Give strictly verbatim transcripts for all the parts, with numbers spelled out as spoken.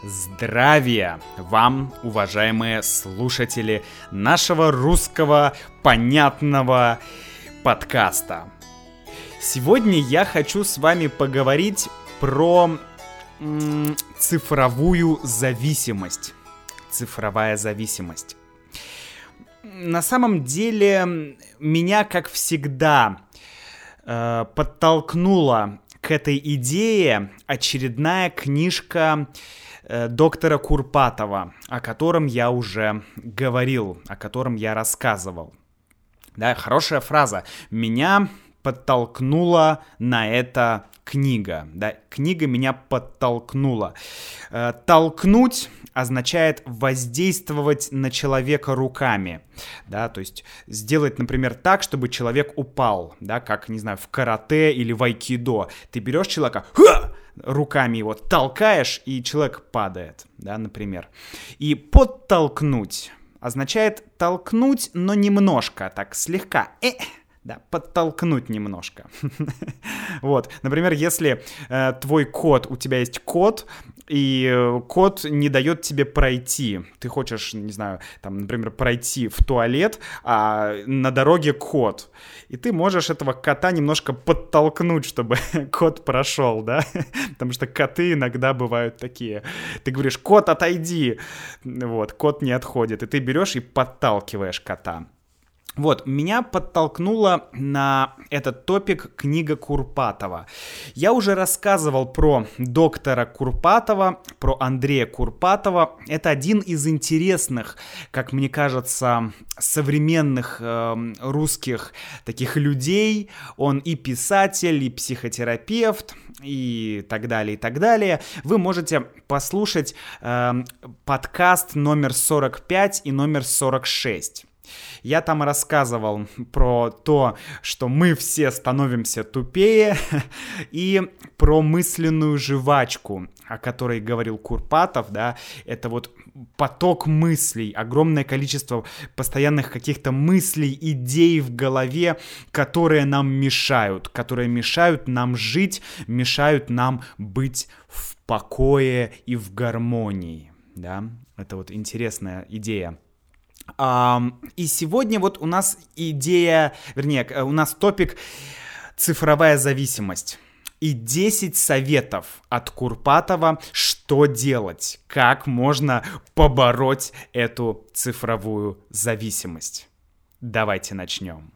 Здравия вам, уважаемые слушатели нашего русского понятного подкаста. Сегодня я хочу с вами поговорить про м- цифровую зависимость. Цифровая зависимость. На самом деле, меня, как всегда, э, подтолкнула к этой идее очередная книжка э, доктора Курпатова, о котором я уже говорил, о котором я рассказывал. Да, хорошая фраза. Меня подтолкнула на это книга. Да, книга меня подтолкнула. Э, толкнуть означает воздействовать на человека руками, да, то есть сделать, например, так, чтобы человек упал, да, как, не знаю, в карате или в айкидо. Ты берешь человека, ха! Руками его толкаешь, и человек падает, да, например. И подтолкнуть означает толкнуть, но немножко, так, слегка, э, да, подтолкнуть немножко. Вот, например, если э, твой кот, у тебя есть кот, и кот не дает тебе пройти. Ты хочешь, не знаю, там, например, пройти в туалет, а на дороге кот. И ты можешь этого кота немножко подтолкнуть, чтобы кот прошел, да? Потому что коты иногда бывают такие. Ты говоришь: кот, отойди. Вот, кот не отходит. И ты берешь и подталкиваешь кота. Вот, меня подтолкнула на этот топик книга Курпатова. Я уже рассказывал про доктора Курпатова, про Андрея Курпатова. Это один из интересных, как мне кажется, современных э, русских таких людей. Он и писатель, и психотерапевт, и так далее, и так далее. Вы можете послушать э, подкаст номер сорок пять и номер сорок шесть. Я там рассказывал про то, что мы все становимся тупее, и про мысленную жвачку, о которой говорил Курпатов, да, это вот поток мыслей, огромное количество постоянных каких-то мыслей, идей в голове, которые нам мешают, которые мешают нам жить, мешают нам быть в покое и в гармонии, да, это вот интересная идея. Um, и сегодня вот у нас идея, вернее, у нас топик цифровая зависимость. И десять советов от Курпатова, что делать, как можно побороть эту цифровую зависимость. Давайте начнем.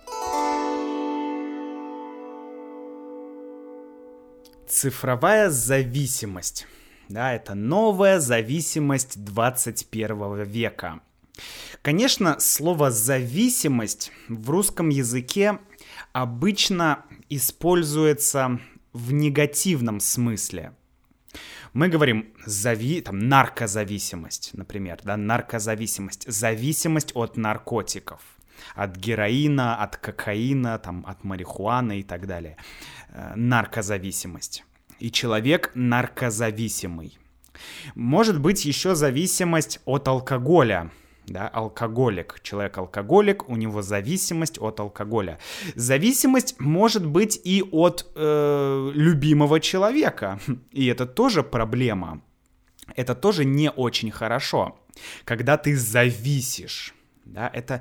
Цифровая зависимость. Да, это новая зависимость двадцать первого века. Конечно, слово «зависимость» в русском языке обычно используется в негативном смысле. Мы говорим зави... там, наркозависимость, например, да, наркозависимость, зависимость от наркотиков, от героина, от кокаина, там, от марихуаны и так далее. Наркозависимость. И человек наркозависимый. Может быть еще зависимость от алкоголя. Да, алкоголик, человек-алкоголик, у него зависимость от алкоголя. Зависимость может быть и от э, любимого человека, и это тоже проблема. Это тоже не очень хорошо, когда ты зависишь. Да, это...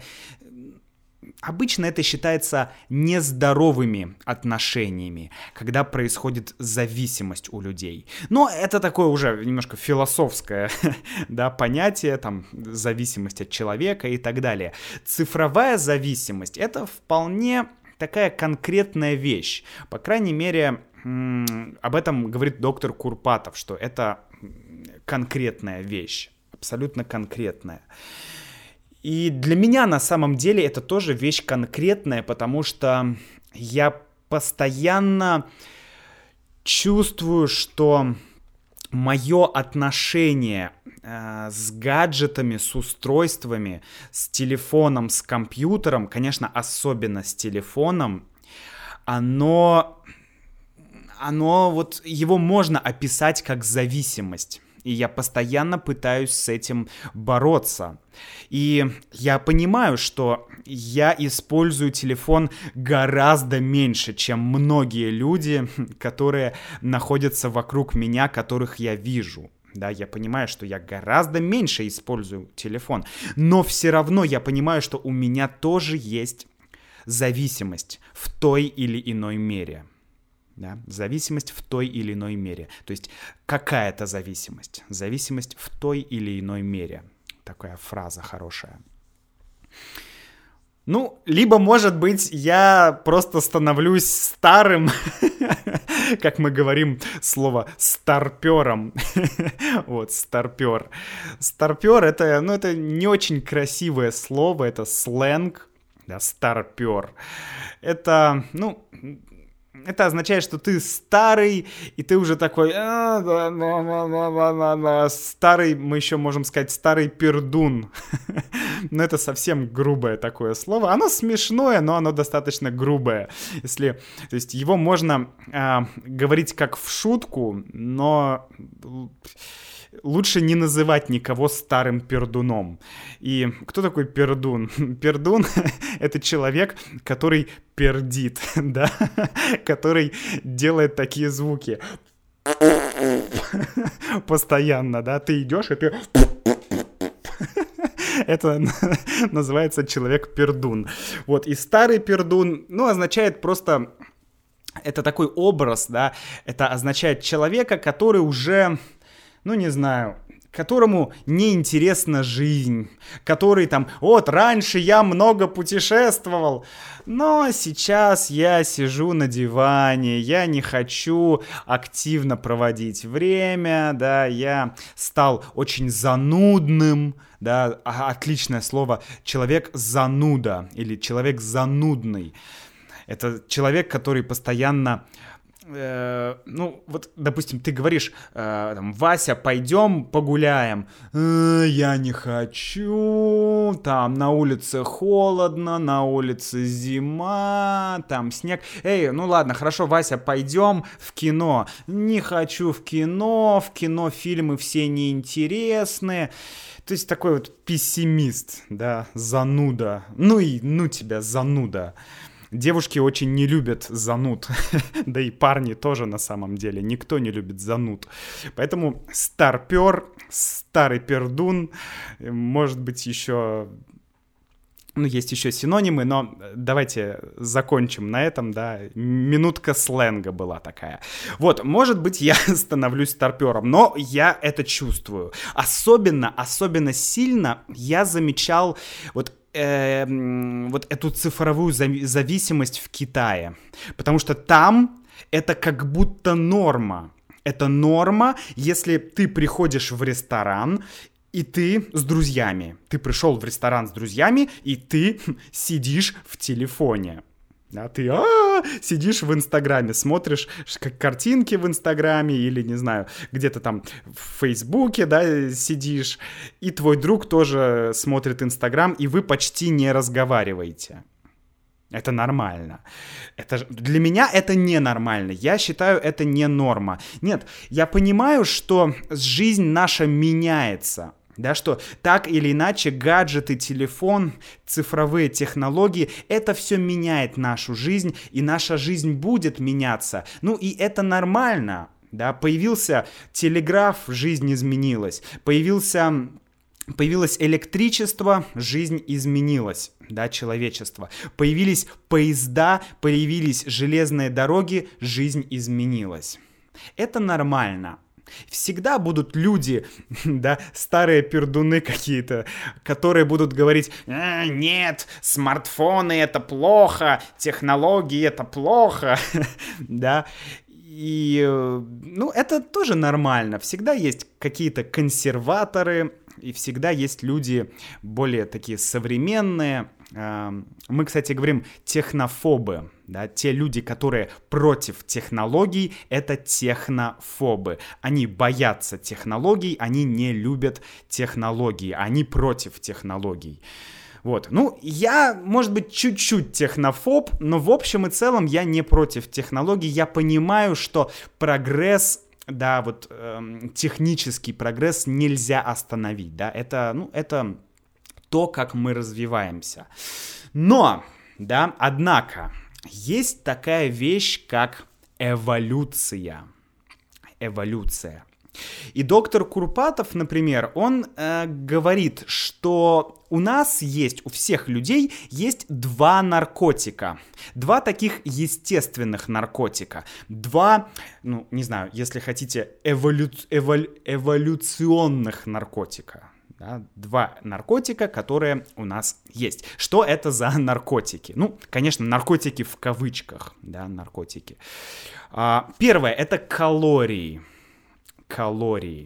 Обычно это считается нездоровыми отношениями, когда происходит зависимость у людей. Но это такое уже немножко философское, да, понятие, там, зависимость от человека и так далее. Цифровая зависимость — это вполне такая конкретная вещь. По крайней мере, м- об этом говорит доктор Курпатов, что это конкретная вещь, абсолютно конкретная. И для меня на самом деле это тоже вещь конкретная, потому что я постоянно чувствую, что мое отношение э, с гаджетами, с устройствами, с телефоном, с компьютером, конечно, особенно с телефоном, оно, оно вот его можно описать как зависимость. И я постоянно пытаюсь с этим бороться. И я понимаю, что я использую телефон гораздо меньше, чем многие люди, которые находятся вокруг меня, которых я вижу. Да, я понимаю, что я гораздо меньше использую телефон, но все равно я понимаю, что у меня тоже есть зависимость в той или иной мере. Да? Зависимость в той или иной мере. То есть какая-то зависимость. Зависимость в той или иной мере. Такая фраза хорошая. Ну, либо, может быть, я просто становлюсь старым, как мы говорим слово старпером. Вот, старпер. Старпер — это, ну, это не очень красивое слово, это сленг, да, старпер. Это, ну... Это означает, что ты старый, и ты уже такой... Старый, мы еще можем сказать, старый пердун. Но это совсем грубое такое слово. Оно смешное, но оно достаточно грубое. Если, то есть его можно э, говорить как в шутку, но... Лучше не называть никого старым пердуном. И кто такой пердун? Пердун — это человек, который пердит, да, который делает такие звуки постоянно, да, ты идешь и ты... Это называется человек-пердун. Вот, и старый пердун, ну, означает просто... Это такой образ, да, это означает человека, который уже... Ну, не знаю, которому неинтересна жизнь, который там, вот, раньше я много путешествовал, но сейчас я сижу на диване, я не хочу активно проводить время, да, я стал очень занудным, да, отличное слово, человек-зануда или человек-занудный. Это человек, который постоянно... Э, ну, вот, допустим, ты говоришь, э, там, Вася, пойдем погуляем. Э, я не хочу, там на улице холодно, на улице зима, там снег. Эй, ну ладно, хорошо, Вася, пойдем в кино. Не хочу в кино, в кино фильмы все неинтересные. То есть такой вот пессимист, да, зануда. Ну и ну тебя, зануда. Девушки очень не любят зануд, да и парни тоже на самом деле, никто не любит зануд. Поэтому старпер, старый пердун, может быть еще, ну есть еще синонимы, но давайте закончим на этом, да, минутка сленга была такая. Вот, может быть я становлюсь старпером, но я это чувствую. Особенно, особенно сильно я замечал вот Э, вот эту цифровую зависимость в Китае. Потому что там это как будто норма. Это норма, если ты приходишь в ресторан, и ты с друзьями. Ты пришел в ресторан с друзьями, и ты сидишь в телефоне. Да, ты а-а-а, сидишь в Инстаграме, смотришь как картинки в Инстаграме или, не знаю, где-то там в Фейсбуке, да, сидишь, и твой друг тоже смотрит Инстаграм, и вы почти не разговариваете. Это нормально. Это, для меня это ненормально. Я считаю, это не норма. Нет, я понимаю, что жизнь наша меняется. Да, что так или иначе гаджеты, телефон, цифровые технологии, это все меняет нашу жизнь, и наша жизнь будет меняться. Ну и это нормально. Да, появился телеграф, жизнь изменилась. Появился... Появилось электричество, жизнь изменилась, да, человечество. Появились поезда, появились железные дороги, жизнь изменилась. Это нормально. Всегда будут люди, да, старые пердуны какие-то, которые будут говорить: э, нет, смартфоны это плохо, технологии это плохо, да. И, ну, это тоже нормально. Всегда есть какие-то консерваторы, и всегда есть люди более такие современные. Мы, кстати, говорим технофобы, да, те люди, которые против технологий, это технофобы. Они боятся технологий, они не любят технологии, они против технологий. Вот, ну, я, может быть, чуть-чуть технофоб, но в общем и целом я не против технологий. Я понимаю, что прогресс, да, вот эм, технический прогресс нельзя остановить, да, это, ну, это то, как мы развиваемся. Но, да, однако, есть такая вещь, как эволюция. Эволюция. И доктор Курпатов, например, он э, говорит, что у нас есть, у всех людей есть два наркотика. Два таких естественных наркотика. Два, ну, не знаю, если хотите, эволю... эволю... эволюционных наркотика. Да, два наркотика, которые у нас есть. Что это за наркотики? Ну, конечно, наркотики в кавычках, да, наркотики. А, первое — это калории. Калории.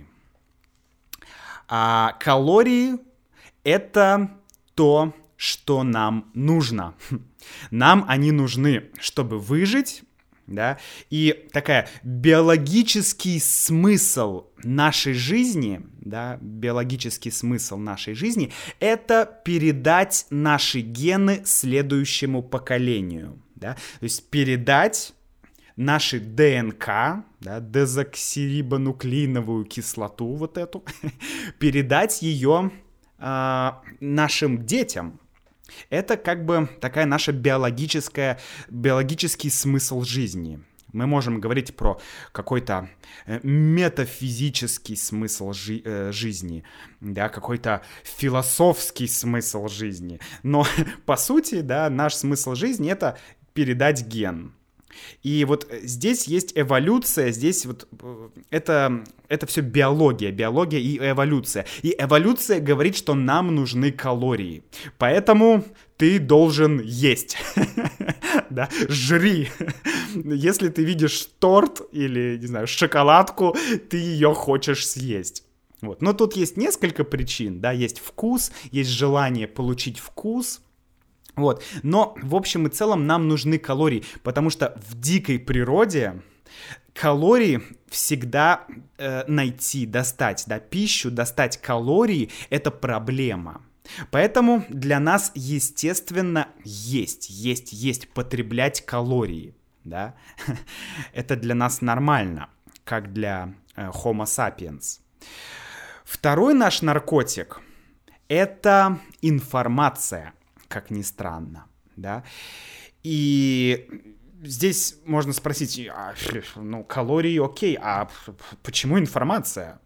А калории — это то, что нам нужно. Нам они нужны, чтобы выжить. Да? И такая биологический смысл нашей жизни, да, биологический смысл нашей жизни — это передать наши гены следующему поколению. Да? То есть передать наши ДНК, да, дезоксирибонуклеиновую кислоту, вот эту, передать ее э, нашим детям. Это как бы такая наша биологическая, биологический смысл жизни. Мы можем говорить про какой-то метафизический смысл жи- э, жизни, да, какой-то философский смысл жизни. Но по сути, да, наш смысл жизни — это передать ген. И вот здесь есть эволюция, здесь вот это, это все биология, биология и эволюция. И эволюция говорит, что нам нужны калории, поэтому ты должен есть, да, жри. Если ты видишь торт или, не знаю, шоколадку, ты ее хочешь съесть. Вот. Но тут есть несколько причин, да, есть вкус, есть желание получить вкус. Вот. Но в общем и целом нам нужны калории, потому что в дикой природе калории всегда э, найти, достать, да, пищу, достать калории — это проблема. Поэтому для нас, естественно, есть, есть, есть, потреблять калории, да. Это для нас нормально, как для э, Homo sapiens. Второй наш наркотик — это информация. Как ни странно, да. И здесь можно спросить, а, ну, калории окей, а почему информация?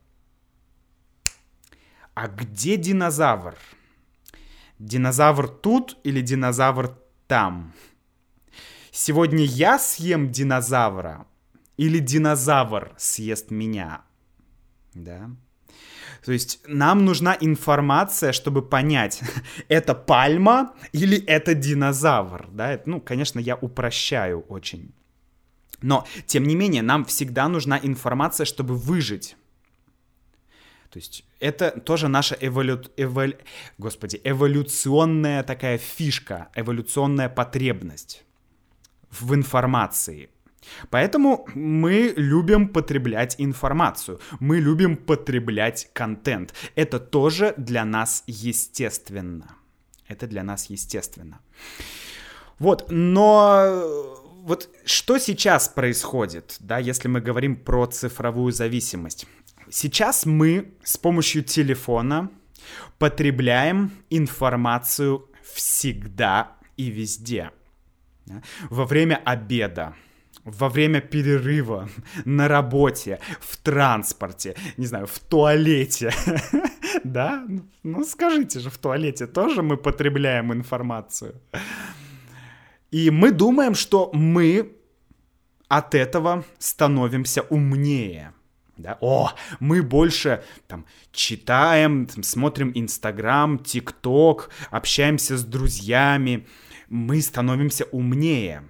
А где динозавр? Динозавр тут или динозавр там? Сегодня я съем динозавра или динозавр съест меня? Да. То есть нам нужна информация, чтобы понять, это пальма или это динозавр. Да? Это, ну, конечно, я упрощаю очень. Но, тем не менее, нам всегда нужна информация, чтобы выжить. То есть это тоже наша эволю... эволю... Господи, эволюционная такая фишка, эволюционная потребность в информации. Поэтому мы любим потреблять информацию, мы любим потреблять контент. Это тоже для нас естественно. Это для нас естественно. Вот, но вот что сейчас происходит, да, если мы говорим про цифровую зависимость? Сейчас мы с помощью телефона потребляем информацию всегда и везде. Да? Во время обеда, во время перерыва, на работе, в транспорте, не знаю, в туалете, да? Ну, скажите же, в туалете тоже мы потребляем информацию. И мы думаем, что мы от этого становимся умнее. Да? О, мы больше там читаем, там, смотрим Инстаграм, ТикТок, общаемся с друзьями. Мы становимся умнее.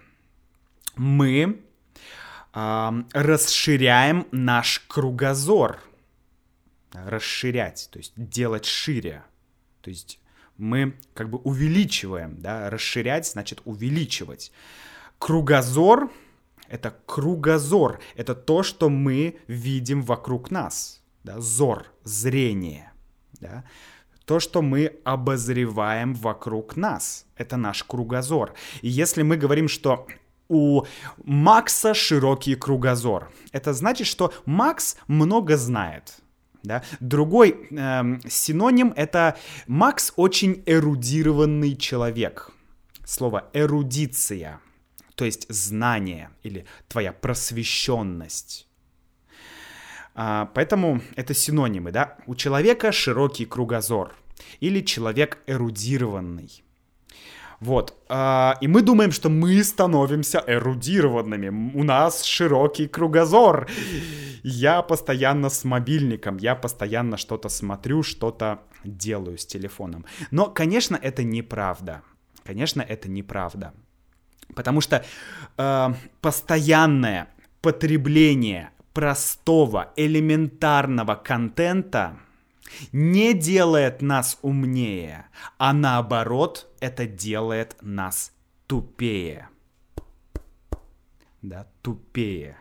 Мы э, расширяем наш кругозор. Расширять, то есть делать шире. То есть мы как бы увеличиваем, да, расширять значит увеличивать. Кругозор — это кругозор, это то, что мы видим вокруг нас, да, зор, зрение, да. То, что мы обозреваем вокруг нас, это наш кругозор. И если мы говорим, что у Макса широкий кругозор, это значит, что Макс много знает. Да? Другой э, синоним — это Макс очень эрудированный человек. Слово эрудиция, то есть знание или твоя просвещенность. А, поэтому это синонимы, да? У человека широкий кругозор или человек эрудированный. Вот. А, и мы думаем, что мы становимся эрудированными. У нас широкий кругозор. Я постоянно с мобильником, я постоянно что-то смотрю, что-то делаю с телефоном. Но, конечно, это неправда. Конечно, это неправда. Потому что э, постоянное потребление простого, элементарного контента не делает нас умнее, а наоборот, это делает нас тупее. Да, тупее.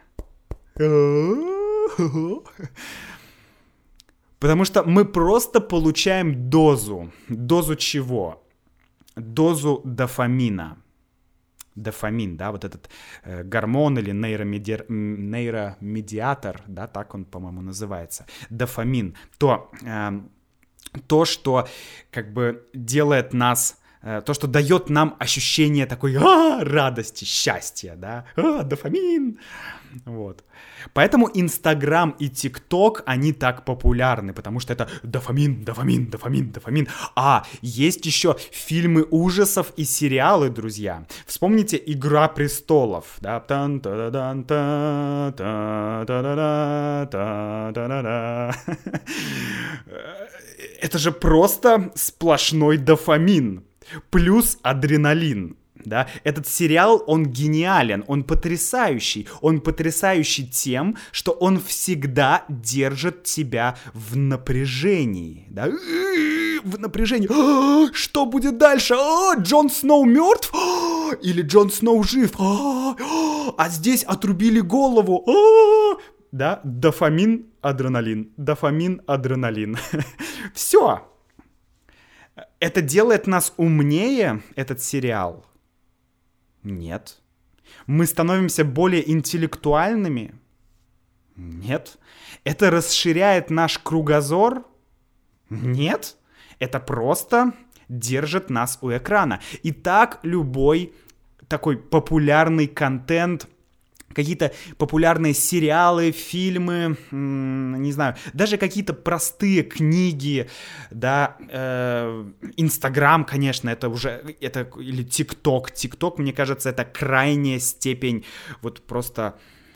Потому что мы просто получаем дозу. Дозу чего? Дозу дофамина. Дофамин, да, вот этот э, гормон или нейромеди... нейромедиатор, да, так он, по-моему, называется. Дофамин. То, э, то что как бы делает нас... То, что дает нам ощущение такой а, радости, счастья, да, а, дофамин, вот. Поэтому Инстаграм и ТикТок, они так популярны, потому что это дофамин, дофамин, дофамин, дофамин. А, есть еще фильмы ужасов и сериалы, друзья. Вспомните «Игра престолов», да, это же просто сплошной дофамин. Плюс адреналин, да, этот сериал, он гениален, он потрясающий, он потрясающий тем, что он всегда держит тебя в напряжении, да, в напряжении, что будет дальше, а, Джон Сноу мертв, а, или Джон Сноу жив, а, а здесь отрубили голову, а, да, дофамин, адреналин, дофамин, адреналин, все. Это делает нас умнее, этот сериал? Нет. Мы становимся более интеллектуальными? Нет. Это расширяет наш кругозор? Нет. Это просто держит нас у экрана. И так любой такой популярный контент, какие-то популярные сериалы, фильмы, не знаю, даже какие-то простые книги, да, Инстаграм, э, конечно, это уже, это, или ТикТок, ТикТок, мне кажется, это крайняя степень вот просто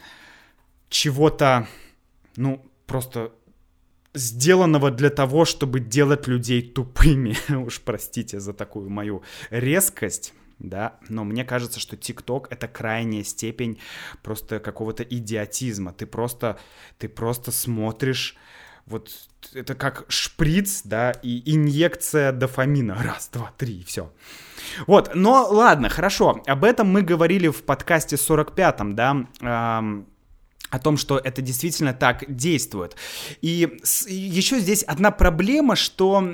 чего-то, ну, просто сделанного для того, чтобы делать людей тупыми, уж простите за такую мою резкость. Да, но мне кажется, что ТикТок — это крайняя степень просто какого-то идиотизма. Ты просто, ты просто смотришь, вот это как шприц, да, и инъекция дофамина. Раз, два, три, все. Вот, но ладно, хорошо. Об этом мы говорили в подкасте сорок пятом, да, эм, о том, что это действительно так действует. И еще здесь одна проблема, что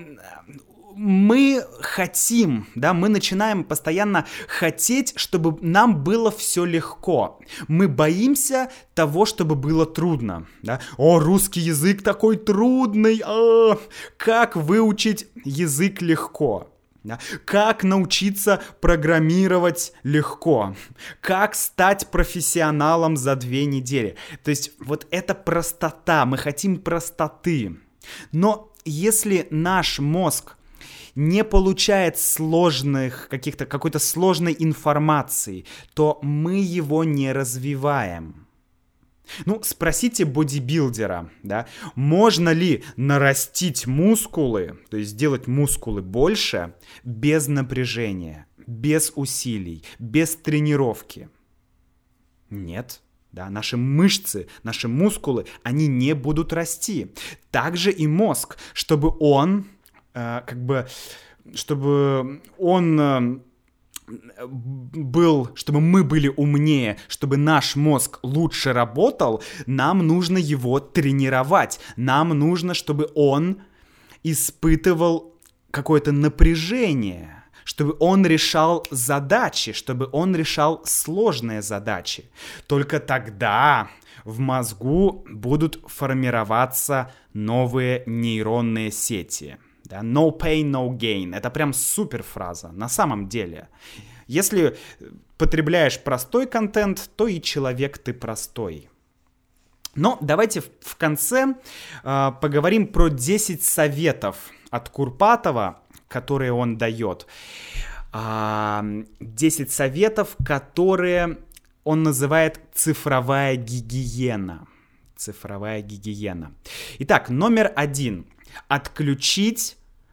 мы хотим, да, мы начинаем постоянно хотеть, чтобы нам было все легко. Мы боимся того, чтобы было трудно, да. О, русский язык такой трудный, а, как выучить язык легко? Да? Как научиться программировать легко? Как стать профессионалом за две недели? То есть вот эта простота, мы хотим простоты. Но если наш мозг не получает сложных каких-то, какой-то сложной информации, то мы его не развиваем. Ну, спросите бодибилдера, да, можно ли нарастить мускулы, то есть сделать мускулы больше без напряжения, без усилий, без тренировки? Нет. Да, наши мышцы, наши мускулы, они не будут расти. Также и мозг, чтобы он, э, как бы, чтобы он... Э, был, чтобы мы были умнее, чтобы наш мозг лучше работал, нам нужно его тренировать. Нам нужно, чтобы он испытывал какое-то напряжение, чтобы он решал задачи, чтобы он решал сложные задачи. Только тогда в мозгу будут формироваться новые нейронные сети. Да, no pain, no gain. Это прям супер фраза. На самом деле, если потребляешь простой контент, то и человек ты простой. Но давайте в, в конце э, поговорим про десять советов от Курпатова, которые он дает. Э, десять советов, которые он называет цифровая гигиена. Цифровая гигиена. Итак, номер один. Отключить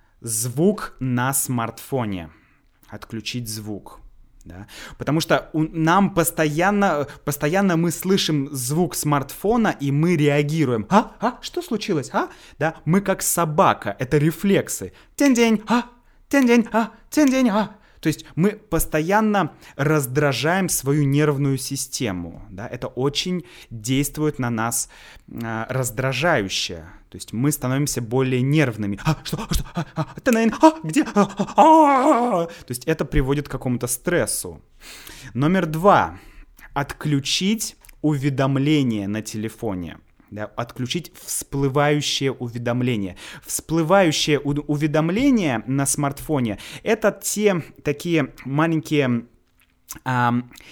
звук на смартфоне. Отключить звук. Да? Потому что у, нам постоянно, постоянно мы слышим звук смартфона, и мы реагируем. А? А? Что случилось? А? Да? Мы как собака. Это рефлексы. Тень-день. А? Тень-день. А? Тень-день. А? То есть мы постоянно раздражаем свою нервную систему. Да? Это очень действует на нас а, раздражающе. То есть мы становимся более нервными. А, что? А, что? А, а, а, где? А, а, а. То есть это приводит к какому-то стрессу. Номер два. Отключить уведомления на телефоне. Да, отключить всплывающие уведомления. Всплывающие у- уведомления на смартфоне — это те такие маленькие а,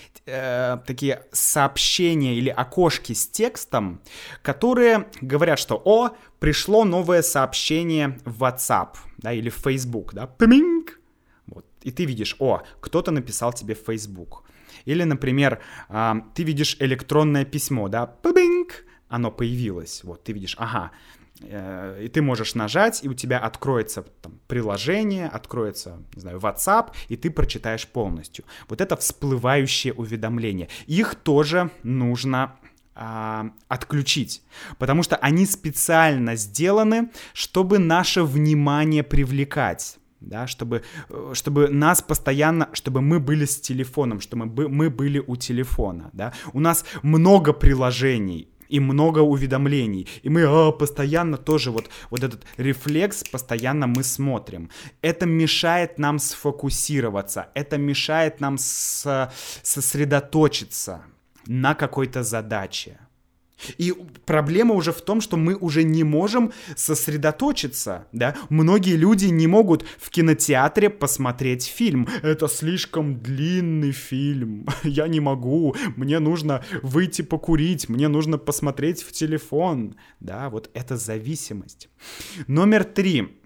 э, такие сообщения или окошки с текстом, которые говорят, что «О, пришло новое сообщение в WhatsApp», да, или в Facebook, да, пиминг. Вот. И ты видишь: «О, кто-то написал тебе в Facebook». Или, например, а, ты видишь электронное письмо, да, пиминг. Оно появилось, вот, ты видишь, ага, э, и ты можешь нажать, и у тебя откроется там приложение, откроется, не знаю, WhatsApp, и ты прочитаешь полностью. Вот это всплывающие уведомления. Их тоже нужно э, отключить, потому что они специально сделаны, чтобы наше внимание привлекать. Да, чтобы, чтобы нас постоянно, чтобы мы были с телефоном, чтобы мы, мы были у телефона. Да. У нас много приложений и много уведомлений, и мы а, постоянно тоже вот, вот этот рефлекс, постоянно мы смотрим. Это мешает нам сфокусироваться, это мешает нам с, сосредоточиться на какой-то задаче. И проблема уже в том, что мы уже не можем сосредоточиться, да? Многие люди не могут в кинотеатре посмотреть фильм. Это слишком длинный фильм. Я не могу. Мне нужно выйти покурить. Мне нужно посмотреть в телефон. Да, вот это зависимость. Номер три.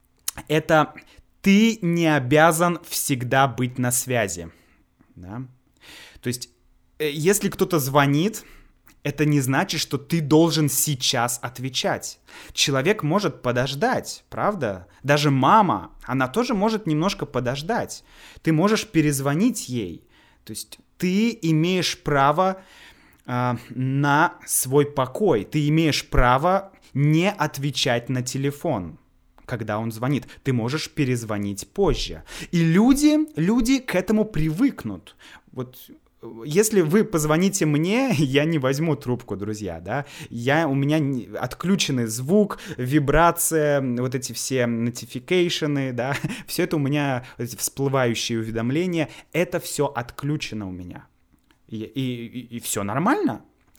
Это ты не обязан всегда быть на связи. Да? То есть, если кто-то звонит, это не значит, что ты должен сейчас отвечать. Человек может подождать, правда? Даже мама, она тоже может немножко подождать. Ты можешь перезвонить ей. То есть ты имеешь право э, на свой покой. Ты имеешь право не отвечать на телефон, когда он звонит. Ты можешь перезвонить позже. И люди, люди к этому привыкнут. Вот... Если вы позвоните мне, я не возьму трубку, друзья, да, я, у меня отключенный звук, вибрация, вот эти все notification, да, все это у меня, вот эти всплывающие уведомления, это все отключено у меня, и, и, и, и все нормально.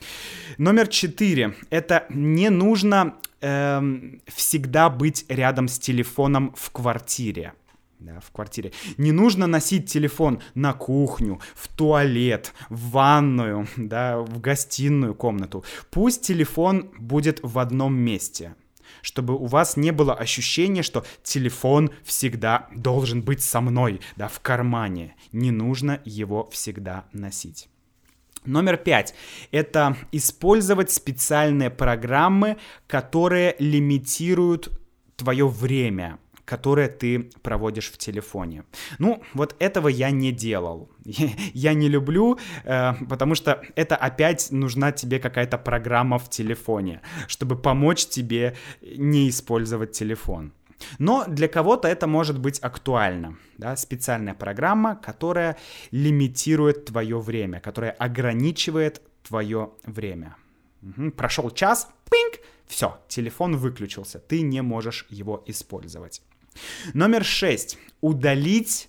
Номер четыре, это не нужно эм, всегда быть рядом с телефоном в квартире. Да, в квартире. Не нужно носить телефон на кухню, в туалет, в ванную, да, в гостиную комнату. Пусть телефон будет в одном месте, чтобы у вас не было ощущения, что телефон всегда должен быть со мной, да, в кармане. Не нужно его всегда носить. Номер пять. Это использовать специальные программы, которые лимитируют твое время, которое ты проводишь в телефоне. Ну, вот этого я не делал. Я не люблю, потому что это опять нужна тебе какая-то программа в телефоне, чтобы помочь тебе не использовать телефон. Но для кого-то это может быть актуально. Да? Специальная программа, которая лимитирует твое время, которая ограничивает твое время. Угу. Прошел час, пинг, все, телефон выключился, ты не можешь его использовать. Номер шесть. Удалить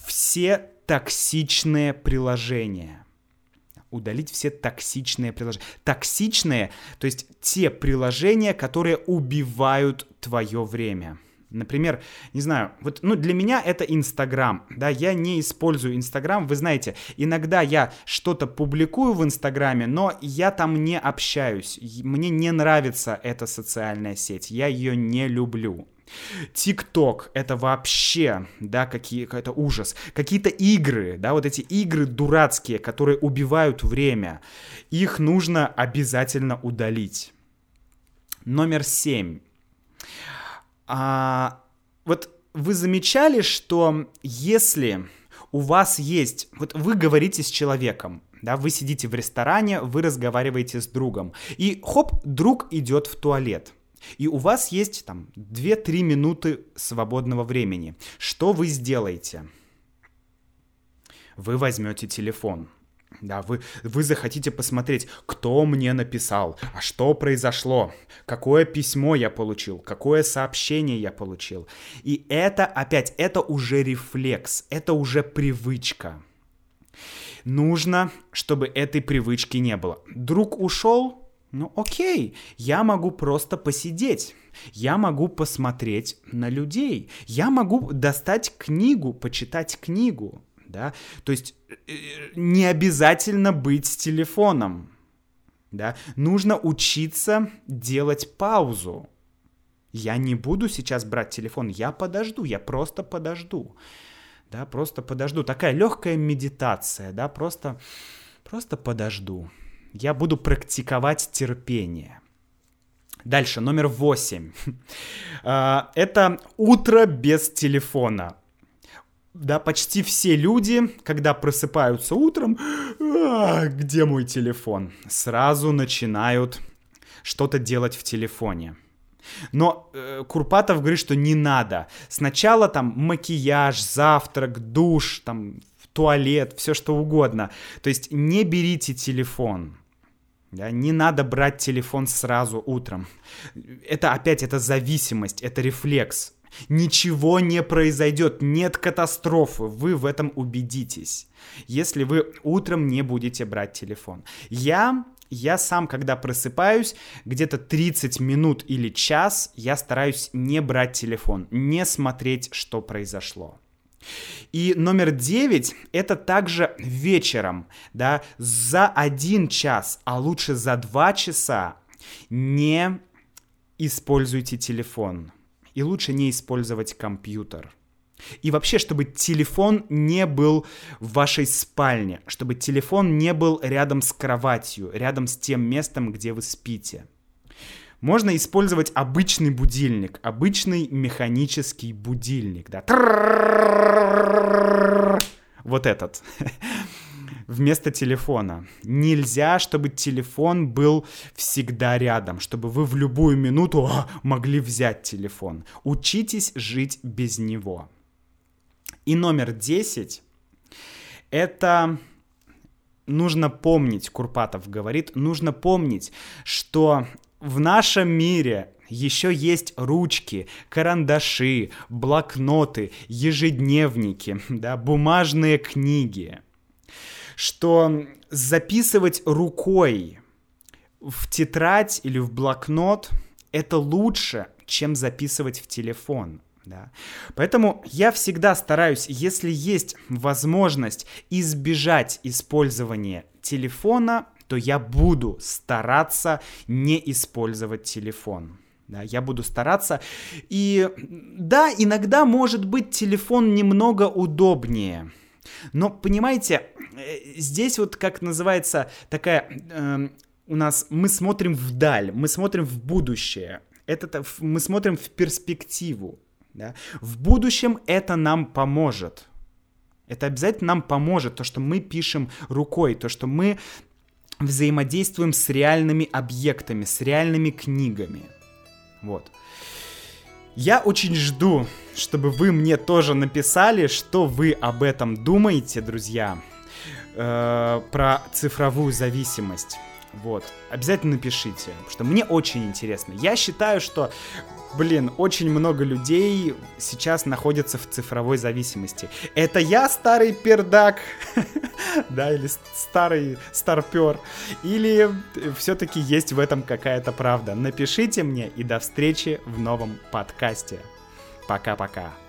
все токсичные приложения. Удалить все токсичные приложения. Токсичные, то есть те приложения, которые убивают твое время. Например, не знаю, вот, ну, для меня это Инстаграм, да, я не использую Инстаграм, вы знаете, иногда я что-то публикую в Инстаграме, но я там не общаюсь, мне не нравится эта социальная сеть, я ее не люблю. ТикТок — это вообще, да, какие, это ужас. Какие-то игры, да, вот эти игры дурацкие, которые убивают время, их нужно обязательно удалить. Номер семь. А, вот вы замечали, что если у вас есть... Вот вы говорите с человеком, да, вы сидите в ресторане, вы разговариваете с другом, и хоп, друг идет в туалет. И у вас есть там две-три минуты свободного времени. Что вы сделаете? Вы возьмете телефон. Да, вы, вы захотите посмотреть, кто мне написал, а что произошло, какое письмо я получил, какое сообщение я получил. И это опять, это уже рефлекс, это уже привычка. Нужно, чтобы этой привычки не было. Друг ушел, ну окей, я могу просто посидеть, я могу посмотреть на людей, я могу достать книгу, почитать книгу. Да? То есть не обязательно быть с телефоном. Да? Нужно учиться делать паузу. Я не буду сейчас брать телефон, я подожду, я просто подожду. Да, просто подожду. Такая легкая медитация, да, просто, просто подожду. Я буду практиковать терпение. Дальше, номер восемь. Это утро без телефона. Да, почти все люди, когда просыпаются утром, а, где мой телефон? Сразу начинают что-то делать в телефоне. Но э, Курпатов говорит, что не надо. Сначала там макияж, завтрак, душ, там, туалет, все что угодно. То есть не берите телефон. Да, не надо брать телефон сразу утром. Это опять, это зависимость, это рефлекс. Ничего не произойдет, нет катастрофы, вы в этом убедитесь, если вы утром не будете брать телефон. Я, я сам, когда просыпаюсь, где-то тридцать минут или час, я стараюсь не брать телефон, не смотреть, что произошло. И номер девять, это также вечером, да, за один час, а лучше за два часа не используйте телефон. И лучше не использовать компьютер. И вообще, чтобы телефон не был в вашей спальне, чтобы телефон не был рядом с кроватью, рядом с тем местом, где вы спите. Можно использовать обычный будильник, обычный механический будильник. Да. Вот этот. Вместо телефона. Нельзя, чтобы телефон был всегда рядом, чтобы вы в любую минуту о, могли взять телефон. Учитесь жить без него. И номер десять. Это нужно помнить, Курпатов говорит, нужно помнить, что в нашем мире еще есть ручки, карандаши, блокноты, ежедневники, да, бумажные книги. Что записывать рукой в тетрадь или в блокнот — это лучше, чем записывать в телефон. Да? Поэтому я всегда стараюсь, если есть возможность избежать использования телефона, то я буду стараться не использовать телефон. Да, я буду стараться. И да, иногда, может быть, телефон немного удобнее. Но, понимаете, здесь вот, как называется, такая, э, у нас, мы смотрим вдаль, мы смотрим в будущее, это, мы смотрим в перспективу, да? В будущем это нам поможет, это обязательно нам поможет, то, что мы пишем рукой, то, что мы взаимодействуем с реальными объектами, с реальными книгами, вот. Я очень жду, чтобы вы мне тоже написали, что вы об этом думаете, друзья, э, про цифровую зависимость. Вот, обязательно напишите, потому что мне очень интересно. Я считаю, что, блин, очень много людей сейчас находятся в цифровой зависимости. Это я старый пердак, да, или старый старпер, или все-таки есть в этом какая-то правда? Напишите мне, и до встречи в новом подкасте. Пока-пока.